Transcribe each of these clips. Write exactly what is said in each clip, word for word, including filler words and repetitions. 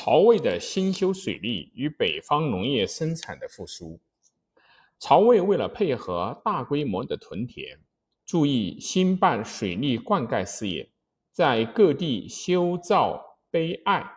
曹魏的兴修水利与北方农业生产的复苏。曹魏为了配合大规模的屯田，注意兴办水利灌溉事业，在各地修造碑隘，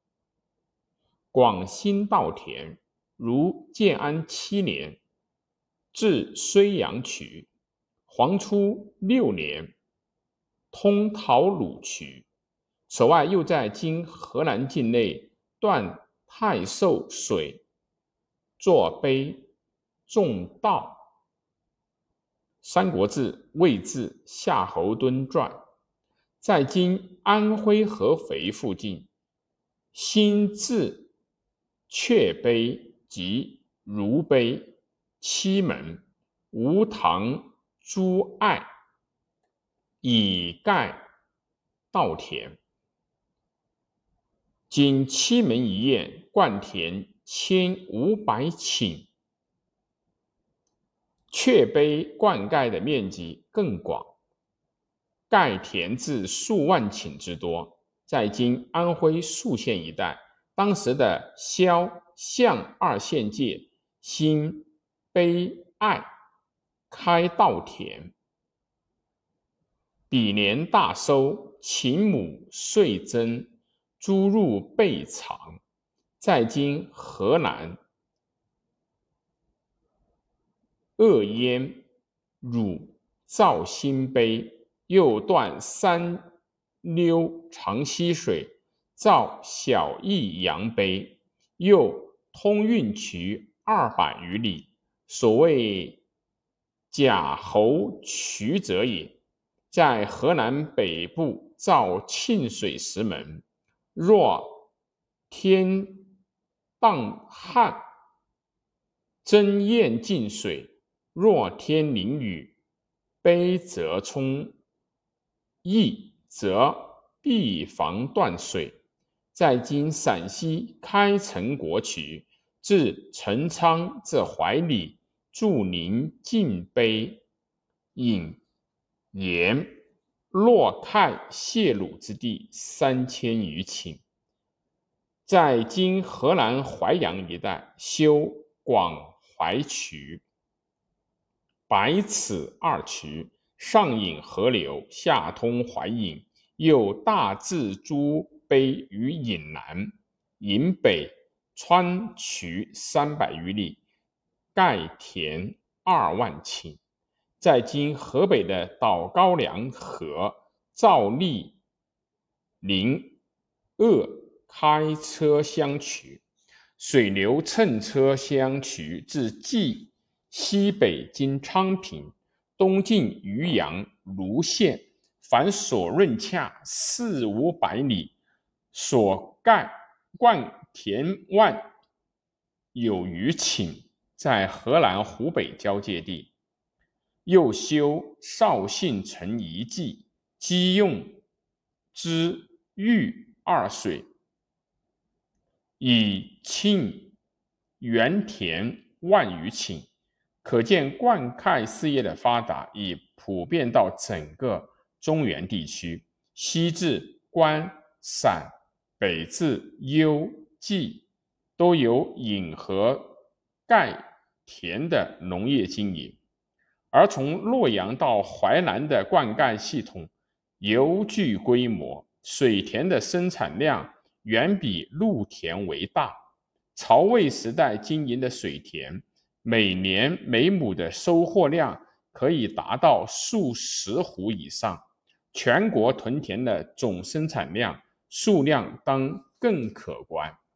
广兴稻田，如建安七年至睢阳渠，黄初六年通陶鲁渠。此外，又在今河南境内断太寿水，作碑种稻。三国志魏志夏侯惇传，在今安徽合肥附近新置阙碑及如碑、七门、吴塘诸隘，以盖稻田。仅七门一堰灌田千五百顷，阙碑灌溉的面积更广，盖田至数万顷之多。在今安徽宿县一带，当时的萧象二县界兴碑隘，开稻田。彼年大收，顷亩岁增，猪入备藏。在今河南鄂淹汝造新碑，又断三溜长溪水，造小义阳碑，又通运渠二百余里，所谓贾侯渠者也。在河南北部造沁水石门，若天荡旱，征堰进水；若天淋雨，碑则充溢，则必防断水。在今陕西开城国渠，自陈仓至怀里，筑陵进碑，引盐洛开泄鲁之地三千余顷。在今河南淮阳一带修广淮渠，百尺二渠，上引河流，下通淮引，又大置诸碑于引南、引北穿渠三百余里，盖田二万顷。在今河北的岛高梁河造立临鄂开车厢渠，水流乘车厢渠至冀西北经昌平，东进渔阳、卢县，凡所润洽四五百里，所盖灌田万有余顷。在河南湖北交界地，又修绍兴城遗迹，积用之豫二水，以沁原田万余顷。可见灌溉事业的发达已普遍到整个中原地区，西至关、陕，北至幽、冀，都有引河盖田的农业经营。而从洛阳到淮南的灌溉系统尤具规模，水田的生产量远比陆田为大。曹魏时代经营的水田，每年每亩的收获量可以达到数十斛以上，全国屯田的总生产量数量当更可观。